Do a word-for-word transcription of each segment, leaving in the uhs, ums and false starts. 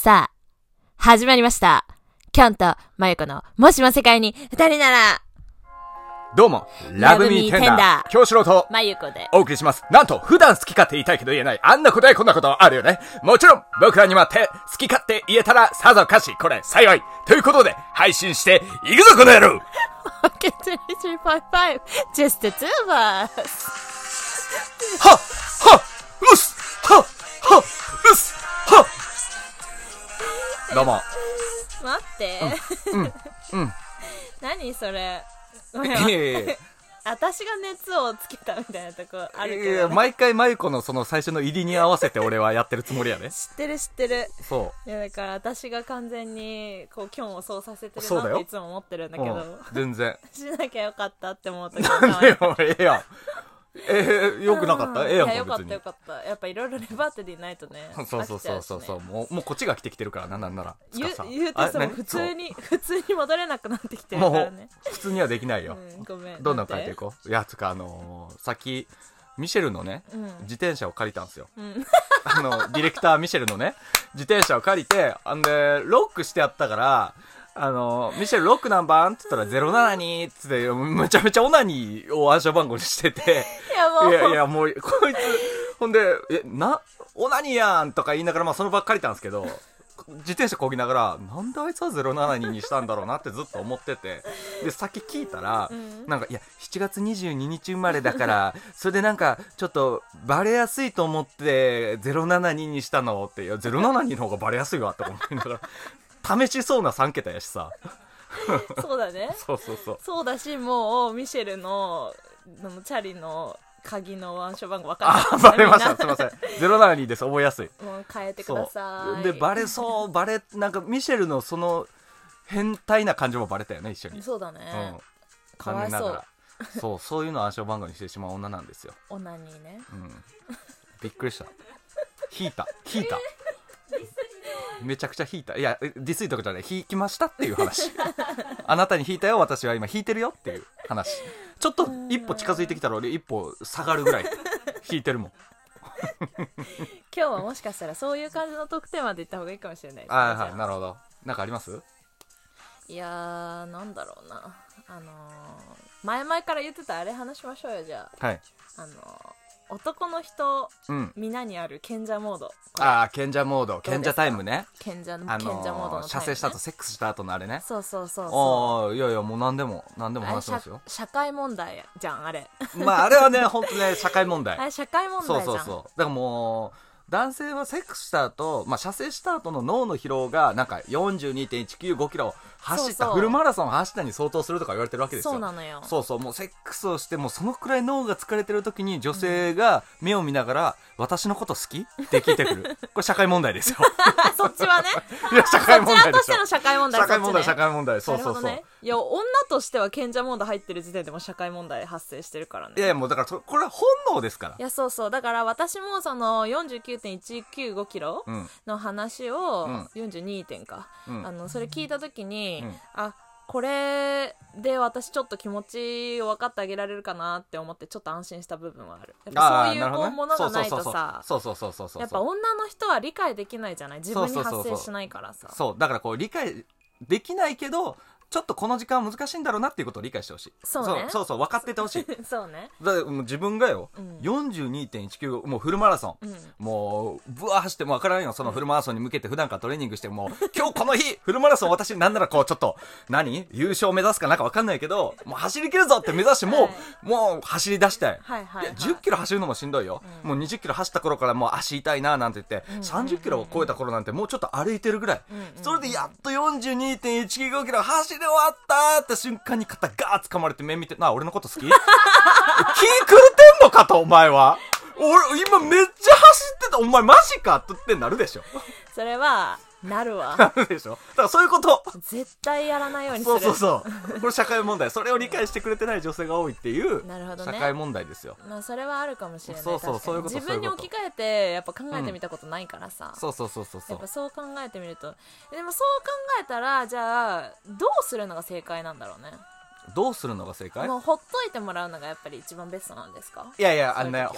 さあ、始まりました。キョンとマユコのもしも世界に二人なら。 どうも、ラブミーテンダー、京志郎とマユコでお送りします。なんと、普段好き勝手言いたいけど言えない、あんなことやこんなことあるよね。もちろん、僕らにもあって、好き勝手言えたらさぞかし、これ幸い。ということで、配信して、いくぞこの野郎 ！Okay, three, three, five, five. Just the two of us. はっはっうっすはっはっうっすはっどうも。 待って。 うん。うん。うん、 何それ。 いやいやいや私が熱をつけたみたいなとこあるけど、ね、 いや毎回マユコのその最初の入りに合わせて俺はやってるつもりやね。 知ってる知ってる。 そういやだから私が完全にこうキョンをそうさせてるなっていつも思ってるんだけど、うん、 全然しなきゃよかったって思うときなんでよええやんえー、よくなかった、うん、ええやんか。 いやよかったよかった。やっぱいろいろレバートでいないとね。 そうそうそうそうそう、ね、もうもうこっちが来てきてるからな。なんなら言う言うてそう普通に普通に戻れなくなってきてるからね。 普通にはできないよ、 うん、ごめん。 どんどん書いていこう。いやつかあのー、さっきミシェルのね、うん、自転車を借りたんですよ、うん、あのディレクターミシェルのね自転車を借りて、あんでロックしてやったからあのミシェルロック何番って言ったらゼロななにってってめちゃめちゃオナニーを暗証番号にしてていやもういやいやもうこいつほんでえなオナニーやんとか言いながら、まあ、その場借りたんですけど自転車こぎながらなんであいつはゼロななににしたんだろうなってずっと思ってて、でさっき聞いたら、うん、なんかいやしちがつにじゅうににち生まれだからそれでなんかちょっとバレやすいと思ってゼロななににしたのって、いやゼロななにの方がバレやすいわって思いながら試しそうなさんけたやしさそうだねそうそうそうそうだし、もうミシェルのチャリの鍵の暗証番号分かった、 ね、あバレましたすいませんゼロななにです覚えやすい。 もう変えてください。 でバレそうバレなんかミシェルのその変態な感じもバレたよね一緒に。 そうだね、うん、かわいそうそうそういうの暗証番号にしてしまう女なんですよ。 オナニーね、 うん、びっくりした。引いた引いためちゃくちゃ引いた。いやディスイとかじゃない、引きましたっていう話あなたに引いたよ、私は今引いてるよっていう話。ちょっと一歩近づいてきたら俺一歩下がるぐらい引いてるもん今日はもしかしたらそういう感じの特典までいった方がいいかもしれないですね。 はいはい、なるほど。なんかあります？ いやーなんだろうな、あのー、前々から言ってたあれ話しましょうよ。じゃあ、 はい、 あのー男の人、 うん、 皆にある賢者モード。 ああ賢者モード、賢者タイムね。 賢者、 あのー、 賢者モードのタイム、ね、 射精した後セックスした後のあれね。 そうそうそうそう。 ああいやいやもう何でも何でも話しますよ。 社会問題じゃんあれまああれはね本当ね社会問題。 あれ社会問題じゃん。 そうそうそう。だからもう男性はセックスした後、まあ射精した後の脳の疲労がなんか よんじゅうにてんいちきゅうごキロ走ったフルマラソンを走ったに相当するとか言われてるわけですよ。 そうなのよ。 そうそう、もうセックスをしてもうそのくらい脳が疲れてる時に女性が目を見ながら、うん、私のこと好きって聞いてくる。これ社会問題ですよそっちはねいや社会問題でしょ。 そちらとしての社会問題。 社会問題、社会問題。そうそうそう、 ね、いや女としては賢者モード入ってる時点でも社会問題発生してるからね。 いやいやもうだからこれは本能ですから。 いやそうそう、だから私もその よんじゅうきゅうてんいちきゅうごキロの話を、うん、よんじゅうにてんか、うん、あのそれ聞いた時に、うん、あこれで私ちょっと気持ちを分かってあげられるかなって思ってちょっと安心した部分はある。やっぱそういうこうものがないとさ、やっぱ女の人は理解できないじゃない、自分に発生しないからさ。 そうだからこう理解できないけどちょっとこの時間は難しいんだろうなっていうことを理解してほしい。 そうね、 そうそうそう分かっててほしいそうね。 だからもう自分がよ、うん、よんじゅうにてんいちきゅうご もうフルマラソン、うん、もうブワー走っても分からんよそのフルマラソンに向けて普段からトレーニングしてもう今日この日フルマラソン私なんならこうちょっと何優勝目指すかなんか分かんないけどもう走り切るぞって目指してもう、はい、もう走り出したい、 はいはいはい、 いやじゅっキロ走るのもしんどいよ、うん、もうにじゅっキロ走った頃からもう足痛いななんて言って、うん、さんじゅっキロを超えた頃なんてもうちょっと歩いてるぐらい、うん、それでやっと よんじゅうにてんいちきゅうごキロ走り終わったって瞬間に肩ガーッ掴まれて目見て、なあ俺のこと好き気狂ってんのかとお前は。俺今めっちゃ走ってたお前マジかってなるでしょ。 それはなるわ。 なるでしょ。だからそういうこと絶対やらないようにする。 そうそうそうこれ社会問題。それを理解してくれてない女性が多いっていうなるほど、ね、 社会問題ですよ。 まあそれはあるかもしれない。 そうそうそういうこと。 自分に置き換えてやっぱ考えてみたことないからさ、 うん、そうそうそうそうやっぱそう考えてみると、でもそう考えたらじゃあどうするのが正解なんだろうね。 どうするのが正解？ もうほっといてもらうのがやっぱり一番ベストなんですか？ いやいやあのねほっと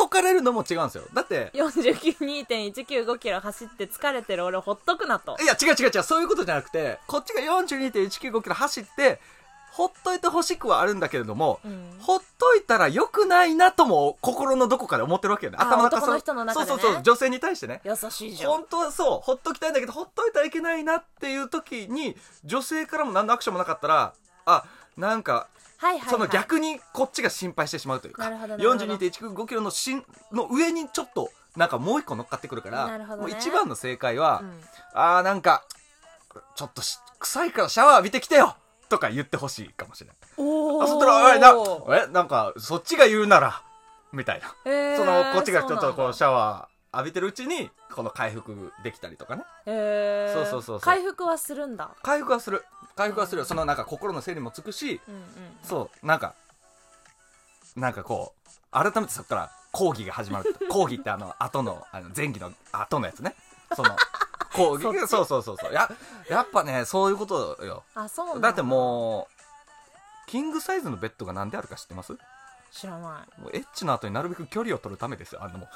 とかれるのも違うんですよ。だってよんじゅうにてんいちきゅうご キロ走って疲れてる俺ほっとくなと。 いや違う違う違う、そういうことじゃなくて、こっちが よんじゅうにてんいちきゅうご キロ走ってほっといてほしくはあるんだけれども、うん、ほっといたら良くないなとも心のどこかで思ってるわけよね。頭の中、 男の人の中でね。 そうそうそう、女性に対してね。 優しいじゃん。 本当はそう、ほっときたいんだけどほっといたらいけないなっていう時に女性からも何のアクションもなかったら、あ、なんかはいはいはい、 その逆にこっちが心配してしまうというか、 よんじゅうにてんいちきゅうご キロのしんの上にちょっとなんかもう一個乗っかってくるから、 なるほどね、 もう一番の正解は、 うん、 あーなんかちょっと臭いからシャワー浴びてきてよとか言ってほしいかもしれない。 おあ、そしたら、え、な、え、なんかそっちが言うならみたいな、 えー、 そのこっちがちょっとこうシャワー浴びてるうちにこの回復できたりとかね。 へー、 そうそうそうそう、 回復はするんだ。 回復はする回復はするよ。そのなんか心の整理もつくし、うんうん、そうなんかなんかこう改めてそこから講義が始まる。講義ってあの後のあの前期の後のやつね。その講義そうそうそうそう、ややっぱねそういうことよ。 あ、そうなんだ。 だってもうキングサイズのベッドがなんであるか知ってます？ 知らない。 もうエッチの後になるべく距離を取るためですよ。あのもう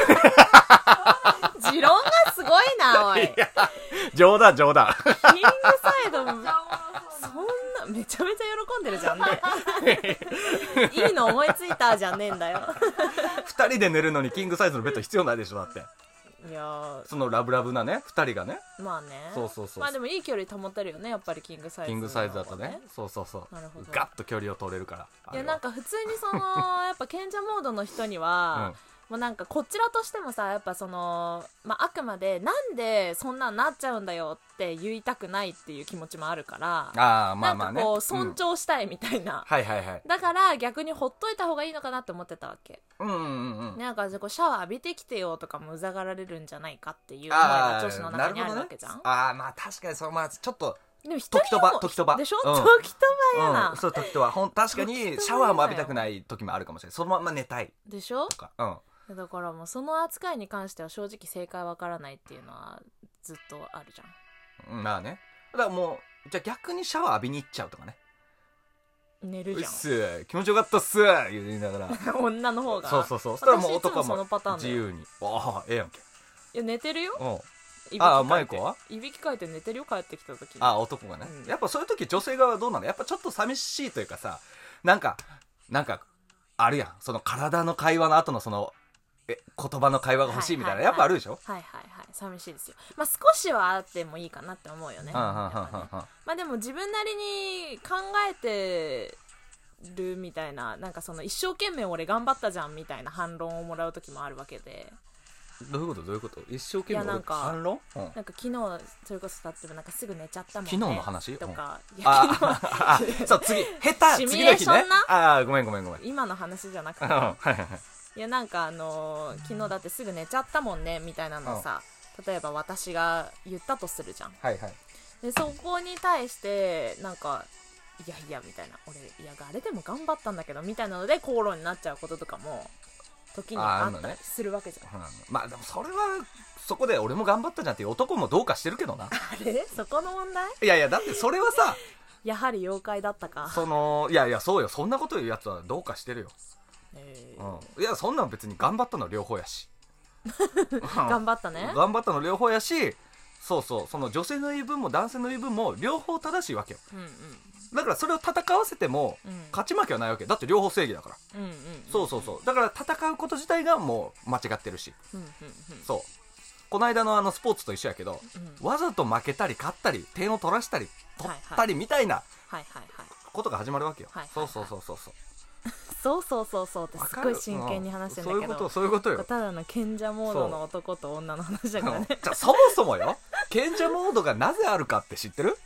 持論がすごいなおい。いや冗談冗談。 キングサイドもそんなめちゃめちゃ喜んでるじゃんね。いいの思いついたじゃねえんだよ。 二人で寝るのにキングサイズのベッド必要ないでしょ。だっていやそのラブラブなね二人がね。 まあね、 そうそうそう、 まあでもいい距離保てるよねやっぱりキングサイズ、 キングサイズだとね。そうそうそう、 なるほど、 ガッと距離を取れるから。 いやなんか普通にそのやっぱ賢者モードの人には、うん、もうなんかこちらとしてもさやっぱその、まあ、あくまでなんでそんなんなっちゃうんだよって言いたくないっていう気持ちもあるから、 あーまあまあね、 なんかこう尊重したいみたいな、うん、 はいはいはい、 だから逆にほっといた方がいいのかなって思ってたわけ。 うんうんうん、 なんかこうシャワー浴びてきてよとかもうざがられるんじゃないかっていう思いが女子の中にあるわけじゃん。 ああ、まあ確かにそう、まあちょっとでも時とば時とばでしょ、 うん、 時とばやな、 うん、そう時とばほん確かにシャワーも浴びたくない時もあるかもしれない。そのまま寝たいでしょとか、うん、 だからもうその扱いに関しては正直正解わからないっていうのはずっとあるじゃん。 まあね、だからもうじゃあ逆にシャワー浴びに行っちゃうとかね。 寝るじゃん。 うっす気持ちよかったっす言いながら女の方が。 そうそうそう。そしたらもう男も自由に。ああ、ええやんけ。 いや寝てるよ。 うん。ああ、マイコはいびきかいて寝てるよ帰ってきた時に。 ああ、男がね、うん、やっぱそういう時女性側はどうなの？やっぱちょっと寂しいというかさ、なんかなんかあるやん、その体の会話の後のそのえ言葉の会話が欲しいみたいな、はいはいはい、やっぱあるでしょ。 はいはいはい、寂しいですよ。まあ少しはあってもいいかなって思うよね。まあでも自分なりに考えてるみたいな、なんかその一生懸命俺頑張ったじゃんみたいな反論をもらう時もあるわけで。 どういうことどういうこと？一生懸命俺反論？うん、なんか昨日それこそだってなんかすぐ寝ちゃったもんね。 昨日の話とか。 うん、いやあそう次下手次の日ね。ああごめんごめんごめん。 今の話じゃなくて。いやなんかあのー、昨日だってすぐ寝ちゃったもんねみたいなのをさ、うん、例えば私が言ったとするじゃん。 はいはい。 でそこに対してなんかいやいやみたいな、俺いやあれでも頑張ったんだけどみたいなので口論になっちゃうこととかも時にあったりするわけじゃん。 あ、ね、うん、まあでもそれはそこで俺も頑張ったじゃんっていう男もどうかしてるけどな。 あれそこの問題？ いやいやだってそれはさやはり妖怪だったか。 そのいやいやそうよ、そんなこと言うやつはどうかしてるよ。えーうん、いやそんなん別に頑張ったの両方やし頑張ったね、 頑張ったの両方やし、そうそう、その女性の言い分も男性の言い分も両方正しいわけよ、うんうん、だからそれを戦わせても勝ち負けはないわけだって、両方正義だから、うんうんうん、そうそうそう、だから戦うこと自体がもう間違ってるし、うんうんうん、そうこの間のあのスポーツと一緒やけど、うん、わざと負けたり勝ったり点を取らしたり取ったりみたいなことが始まるわけよ、はいはいはい、そうそうそうそうそうそうそうそうってすごい真剣に話してんだけど、 そういうことそういうことよ。 ただの賢者モードの男と女の話だからね。 じゃあそもそもよ賢者モードがなぜあるかって知ってる？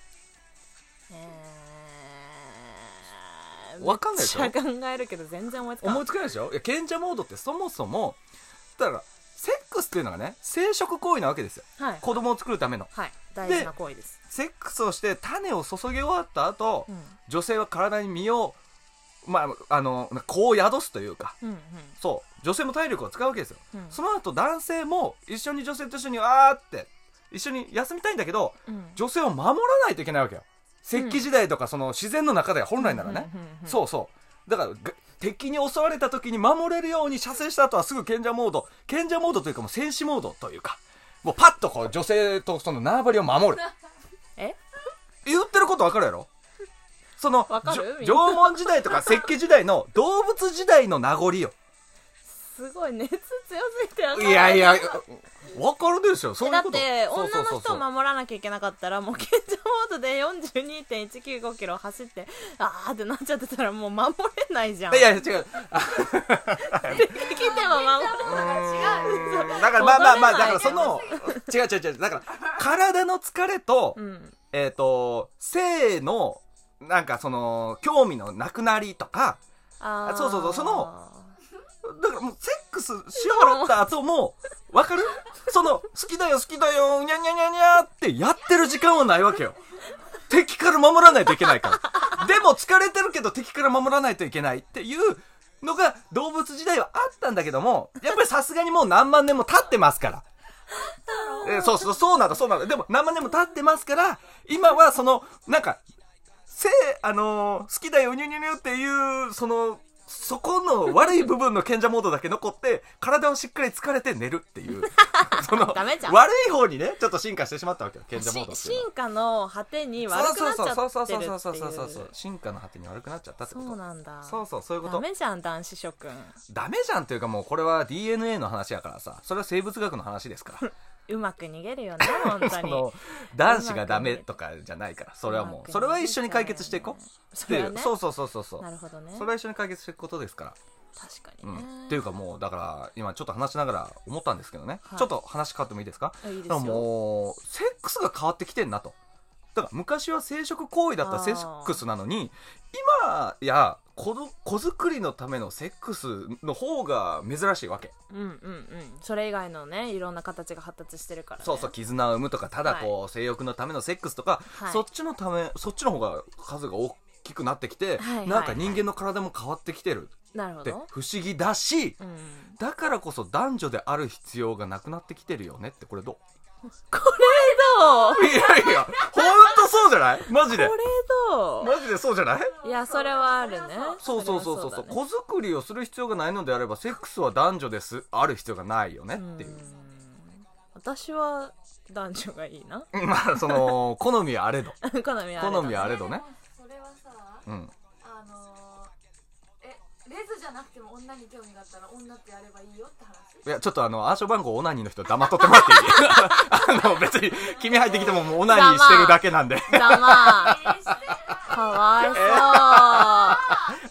えー、分かんないでしょ。 めっちゃ考えるけど全然思いつかない。 思いつかないでしょ。いや賢者モードってそもそもだからセックスっていうのがね生殖行為なわけですよ、はい、子供を作るための、 はい、大事な行為です。 セックスをして種を注ぎ終わった後、うん、女性は体に身をまあ、あのこう宿すというか、うんうん、そう女性も体力を使うわけですよ、うん、その後男性も一緒に女性と一緒にわーって一緒に休みたいんだけど、うん、女性を守らないといけないわけよ。石器時代とかその自然の中では本来ならね、うん、そうそうだから敵に襲われた時に守れるように射精した後はすぐ賢者モード、賢者モードというかもう戦士モードというか、もうパッとこう女性とその縄張りを守る。 え言ってることわかるやろ。そのわかる縄文時代とか石器時代の動物時代の名残よ。 すごい熱強すぎてわかる。 いやいやわかるでしょ。そういうことだって女のそうそうそうそう人を守らなきゃいけなかったらもう賢者モードで よんじゅうにてんいちきゅうご キロ走ってあーってなっちゃってたらもう守れないじゃん。 いや違う。 敵でも守れうんだからまあまあまあだからその違う違う違うだから体の疲れと、うん、えっ、ー、と性のなんかその興味のなくなりとか、あそうそうそうそのだからもうセックスし終わった後もわかる？その好きだよ好きだよにゃにゃにゃにゃってやってる時間はないわけよ。敵から守らないといけないから。でも疲れてるけど敵から守らないといけないっていうのが動物時代はあったんだけども、やっぱりさすがにもう何万年も経ってますから。えそうそうそうなんだそうなんだ。でも何万年も経ってますから今はそのなんかせあのー、好きだよニュニュニュっていうそのそこの悪い部分の賢者モードだけ残って体をしっかり疲れて寝るっていうその悪い方にねちょっと進化してしまったわけよ賢者モードっていうのは。 進化の果てに悪くなっちゃってるっていう。 そうそうそうそうそうそうそう進化の果てに悪くなっちゃったってこと。 そうなんだ。 そうそうそういうこと。 ダメじゃん男子諸君。 ダメじゃんっていうかもうこれは ディーエヌエー の話やからさ、それは生物学の話ですからうまく逃げるよね本当に。その男子がダメとかじゃないから、それはもうそれは一緒に解決していこう。 それはね。 そうそうそうそうそう。 なるほどね。 それは一緒に解決していくことですから。 確かにね、 うん、っていうかもうだから今ちょっと話しながら思ったんですけどね、はい、ちょっと話変わってもいいですか？ いいですよ。 もうセックスが変わってきてんなと。だから昔は生殖行為だったセックスなのに今や子作りのためのセックスの方が珍しいわけ。 うんうんうん。それ以外のねいろんな形が発達してるから、ね、 そうそう絆を生むとかただこう、はい、性欲のためのセックスとか、はい、そっちのためそっちの方が数が大きくなってきて、はいはいはい、なんか人間の体も変わってきてるって不思議だし、うん、だからこそ男女である必要がなくなってきてるよねって。これどう？ これどう？ いやいやほんとそうじゃない？マジでこれどう？ マジでそうじゃない？ いやそれはあるね。 そうそうそうそうそう、ね、子作りをする必要がないのであればセックスは男女ですある必要がないよねっていう。う私は男女がいいなまあその好みはあれど好みはあれど、ね、 好みはあれどね。 それはさ、 うん、 あのー、えレズじゃなくても女に興味があったら女ってやればいいよって話。 いやちょっとあの暗証番号オナニーの人黙っとってもらっていい？あの別に君入ってきてももうオナニーしてるだけなんで。 ざまかわいそう。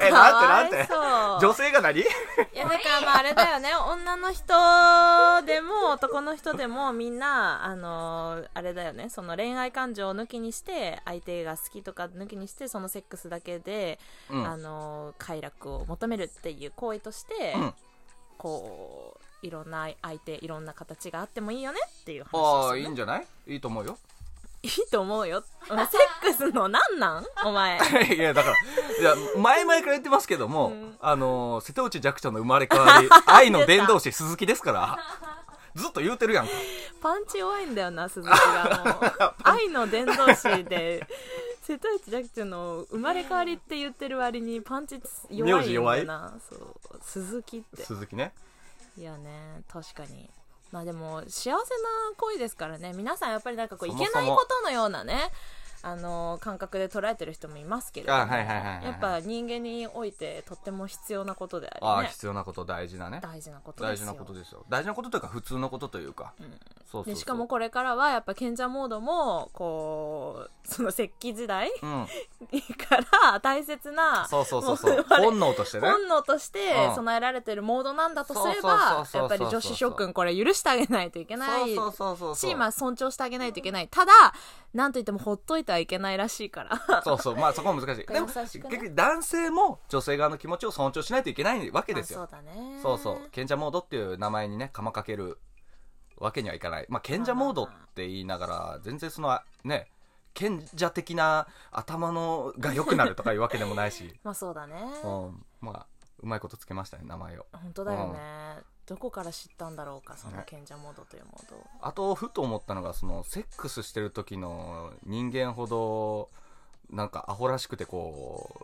えなんてなんて女性が何？いやだからまああれだよね女の人でも男の人でもみんなあのー、あれだよねその恋愛感情を抜きにして相手が好きとか抜きにしてそのセックスだけで、うん、あのー、快楽を求めるっていう行為として、うん、こういろんな相手いろんな形があってもいいよねっていう話ですよね。 ああいいんじゃない？いいと思うよ。 いいと思うよ。セックスのなんなんお前。 いやだからいや前々から言ってますけども、うん、あの瀬戸内寂聴の生まれ変わり愛の伝道師鈴木ですからずっと言うてるやんか。 パンチ弱いんだよな鈴木がもう愛の伝道師で瀬戸内寂聴の生まれ変わりって言ってる割にパンチ弱いんだよな。そう鈴木って鈴木ね。 いやね確かにまあでも幸せな行為ですからね。皆さんやっぱりなんかこういけないことのようなねあの感覚で捉えてる人もいますけれども、 はいはいはいはい、 やっぱ人間においてとっても必要なことでありね。 あ必要なこと大事なね大事なことですよ。 大事なことですよ。大事なことというか普通のことというか、うん、そうそうそうでしかもこれからはやっぱ賢者モードもこうその石器時代、うん、から大切なそうそうそうそう本能としてね本能として備えられてるモードなんだとすればやっぱり女子諸君これ許してあげないといけないし、まあ尊重してあげないといけない。ただなんといってもほっといてはいけないらしいからそうそうまあそこも難しい。でも結局男性も女性側の気持ちを尊重しないといけないわけですよ。 まあ、そうだね。 そうそう賢者モードっていう名前にね釜かけるわけにはいかない。まあ賢者モードって言いながら全然そのね賢者的な頭のが良くなるとかいうわけでもないしまあそうだね、 うん、まあうまいことつけましたね名前を。 本当だよね、うん、どこから知ったんだろうかその賢者モードというモード、ね、 あとふと思ったのがそのセックスしてる時の人間ほどなんかアホらしくてこう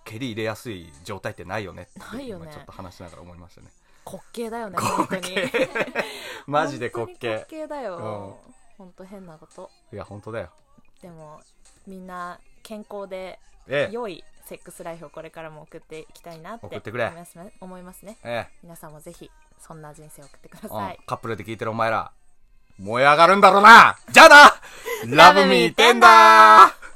蹴り入れやすい状態ってないよねってないよね今ちょっと話しながら思いましたね。 滑稽だよね本当にマジで滑本当に稽。 滑稽だよ、うん、本当変なこと。 いや本当だよ。 でもみんな健康でええ、 良いセックスライフをこれからも送っていきたいなって送ってくれ思いますね、思いますね。 ええ、 皆さんもぜひそんな人生を送ってくだうんさい。 カップルで聞いてるお前ら燃え上がるんだろうな。じゃあなラブミーテンダー